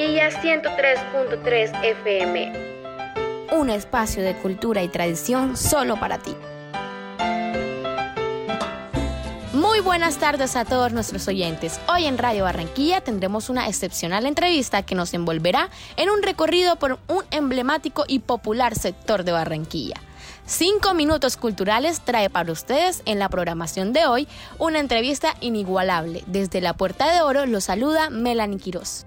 Barranquilla 103.3 FM. Un espacio de cultura y tradición solo para ti. Muy buenas tardes a todos nuestros oyentes. Hoy en Radio Barranquilla tendremos una excepcional entrevista que nos envolverá en un recorrido por un emblemático y popular sector de Barranquilla. 5 minutos culturales trae para ustedes en la programación de hoy una entrevista inigualable. Desde la Puerta de Oro los saluda Melanie Quiroz.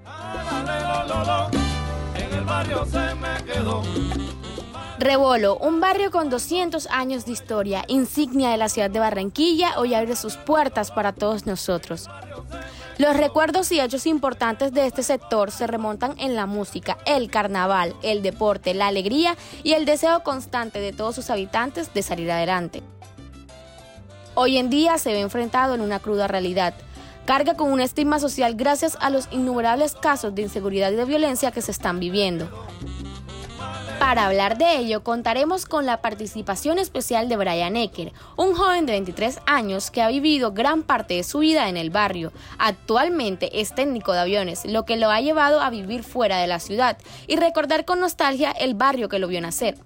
Rebolo, un barrio con 200 años de historia, insignia de la ciudad de Barranquilla, hoy abre sus puertas para todos nosotros. Los recuerdos y hechos importantes de este sector se remontan en la música, el carnaval, el deporte, la alegría y el deseo constante de todos sus habitantes de salir adelante. Hoy en día se ve enfrentado en una cruda realidad. Carga con un estigma social gracias a los innumerables casos de inseguridad y de violencia que se están viviendo. Para hablar de ello, contaremos con la participación especial de Brian Ecker, un joven de 23 años que ha vivido gran parte de su vida en el barrio. Actualmente es técnico de aviones, lo que lo ha llevado a vivir fuera de la ciudad y recordar con nostalgia el barrio que lo vio nacer.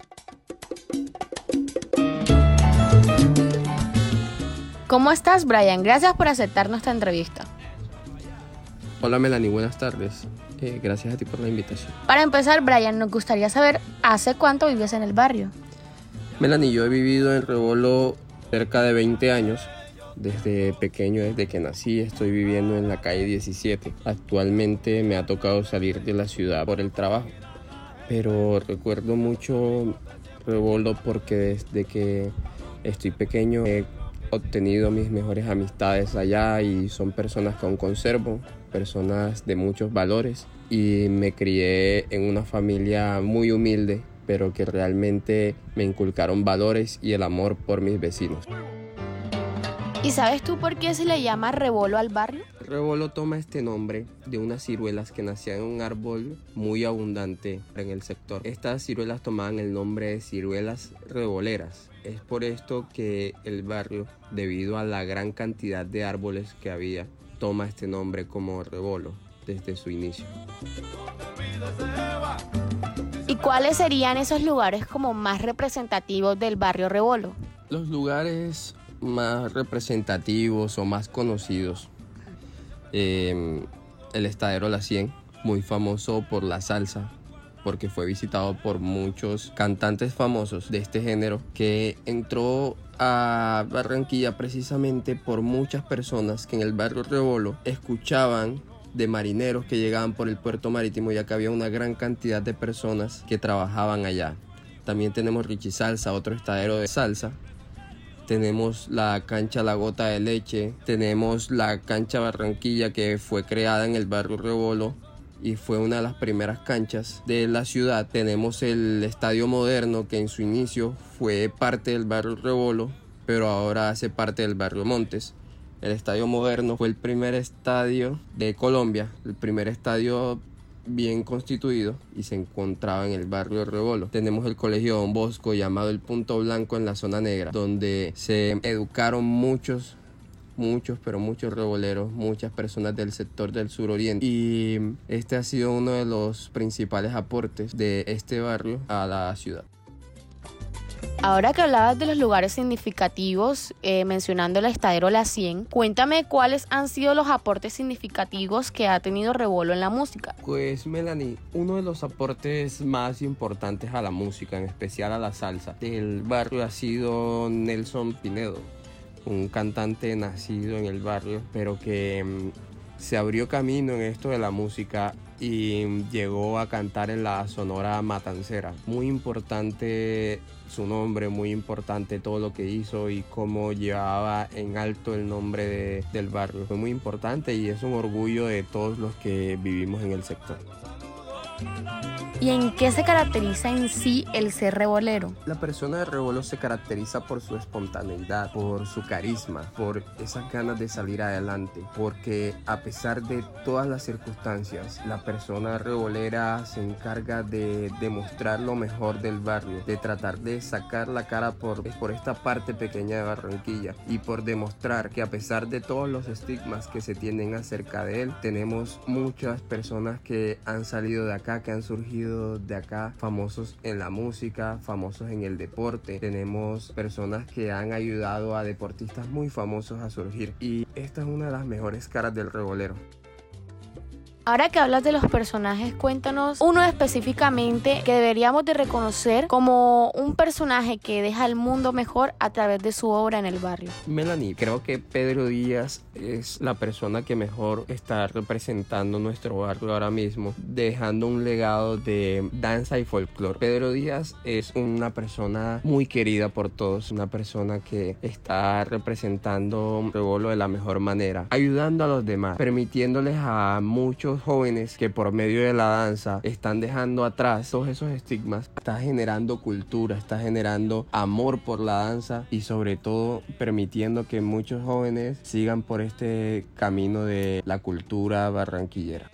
¿Cómo estás, Brian? Gracias por aceptar nuestra entrevista. Hola Melanie, buenas tardes. Gracias a ti por la invitación. Para empezar, Brian, nos gustaría saber ¿hace cuánto vives en el barrio? Melanie, yo he vivido en Rebolo cerca de 20 años. Desde pequeño, desde que nací, estoy viviendo en la calle 17. Actualmente me ha tocado salir de la ciudad por el trabajo. Pero recuerdo mucho Rebolo porque desde que estoy pequeño he obtenido mis mejores amistades allá y son personas que aún conservo, personas de muchos valores, y me crié en una familia muy humilde, pero que realmente me inculcaron valores y el amor por mis vecinos. ¿Y sabes tú por qué se le llama Rebolo al barrio? Rebolo toma este nombre de unas ciruelas que nacían en un árbol muy abundante en el sector. Estas ciruelas tomaban el nombre de ciruelas reboleras. Es por esto que el barrio, debido a la gran cantidad de árboles que había, toma este nombre como Rebolo desde su inicio. ¿Y cuáles serían esos lugares como más representativos del barrio Rebolo? Los lugares más representativos o más conocidos, el Estadero La 100, muy famoso por la salsa, porque fue visitado por muchos cantantes famosos de este género, que entró a Barranquilla precisamente por muchas personas que en el barrio Rebolo escuchaban de marineros que llegaban por el puerto marítimo, ya que había una gran cantidad de personas que trabajaban allá. También tenemos Richie Salsa, otro estadero de salsa. Tenemos la cancha La Gota de Leche, tenemos la cancha Barranquilla, que fue creada en el barrio Rebolo y fue una de las primeras canchas de la ciudad. Tenemos el Estadio Moderno, que en su inicio fue parte del barrio Rebolo, pero ahora hace parte del barrio Montes. El Estadio Moderno fue el primer estadio de Colombia, el primer estadio bien constituido, y se encontraba en el barrio Rebolo. Tenemos el Colegio Don Bosco, llamado el Punto Blanco, en la zona negra, donde se educaron muchos reboleros, muchas personas del sector del suroriente, y este ha sido uno de los principales aportes de este barrio a la ciudad. Ahora que hablabas de los lugares significativos, mencionando el Estadero La 100, cuéntame cuáles han sido los aportes significativos que ha tenido Rebolo en la música. Pues Melanie, uno de los aportes más importantes a la música, en especial a la salsa, del barrio ha sido Nelson Pinedo, un cantante nacido en el barrio, pero que se abrió camino en esto de la música y llegó a cantar en la Sonora Matancera. Muy importante su nombre, muy importante todo lo que hizo y cómo llevaba en alto el nombre del barrio. Fue muy importante y es un orgullo de todos los que vivimos en el sector. ¿Y en qué se caracteriza en sí el ser rebolero? La persona de Rebolo se caracteriza por su espontaneidad, por su carisma, por esas ganas de salir adelante, porque a pesar de todas las circunstancias, la persona rebolera se encarga de demostrar lo mejor del barrio, de tratar de sacar la cara por esta parte pequeña de Barranquilla y por demostrar que a pesar de todos los estigmas que se tienen acerca de él, tenemos muchas personas que han salido de acá, que han surgido de acá, famosos en la música, famosos en el deporte. Tenemos personas que han ayudado a deportistas muy famosos a surgir y esta es una de las mejores caras del rebolero. Ahora que hablas de los personajes, cuéntanos uno específicamente que deberíamos de reconocer como un personaje que deja el mundo mejor a través de su obra en el barrio. Melanie, creo que Pedro Díaz es la persona que mejor está representando nuestro barrio ahora mismo, dejando un legado de danza y folclore. Pedro Díaz es una persona muy querida por todos, una persona que está representando Rebolo de la mejor manera, ayudando a los demás, permitiéndoles a muchos jóvenes que por medio de la danza están dejando atrás todos esos estigmas. Está generando cultura, está generando amor por la danza y sobre todo permitiendo que muchos jóvenes sigan por este camino de la cultura barranquillera.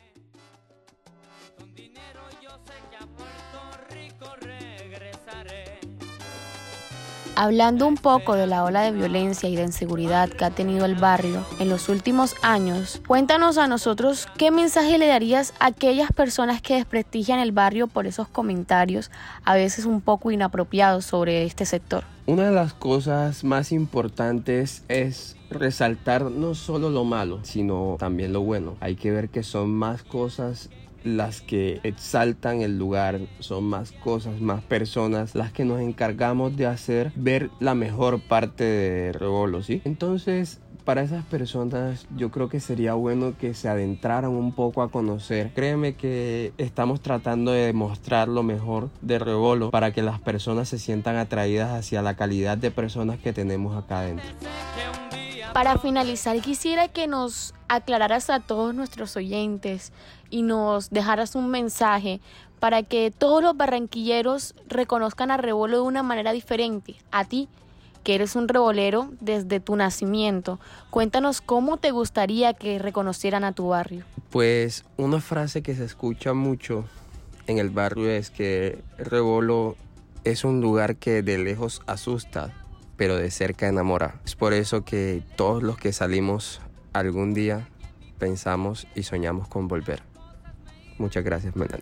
Hablando un poco de la ola de violencia y de inseguridad que ha tenido el barrio en los últimos años, cuéntanos a nosotros qué mensaje le darías a aquellas personas que desprestigian el barrio por esos comentarios, a veces un poco inapropiados sobre este sector. Una de las cosas más importantes es resaltar no solo lo malo, sino también lo bueno. Hay que ver que son más cosas las que exaltan el lugar, son más cosas, más personas las que nos encargamos de hacer ver la mejor parte de Rebolo, ¿sí? Entonces, para esas personas yo creo que sería bueno que se adentraran un poco a conocer. Créeme que estamos tratando de demostrar lo mejor de Rebolo para que las personas se sientan atraídas hacia la calidad de personas que tenemos acá adentro. Para finalizar, quisiera que nos aclararas a todos nuestros oyentes y nos dejaras un mensaje para que todos los barranquilleros reconozcan a Rebolo de una manera diferente. A ti, que eres un rebolero desde tu nacimiento, cuéntanos cómo te gustaría que reconocieran a tu barrio. Pues una frase que se escucha mucho en el barrio es que Rebolo es un lugar que de lejos asusta, pero de cerca enamora. Es por eso que todos los que salimos algún día pensamos y soñamos con volver. Muchas gracias, Melanie.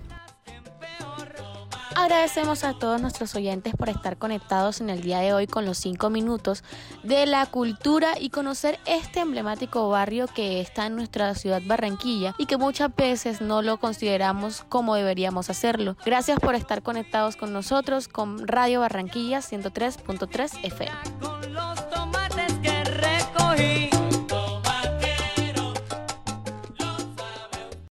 Agradecemos a todos nuestros oyentes por estar conectados en el día de hoy con los 5 minutos de la cultura y conocer este emblemático barrio que está en nuestra ciudad Barranquilla y que muchas veces no lo consideramos como deberíamos hacerlo. Gracias por estar conectados con nosotros con Radio Barranquilla 103.3 FM.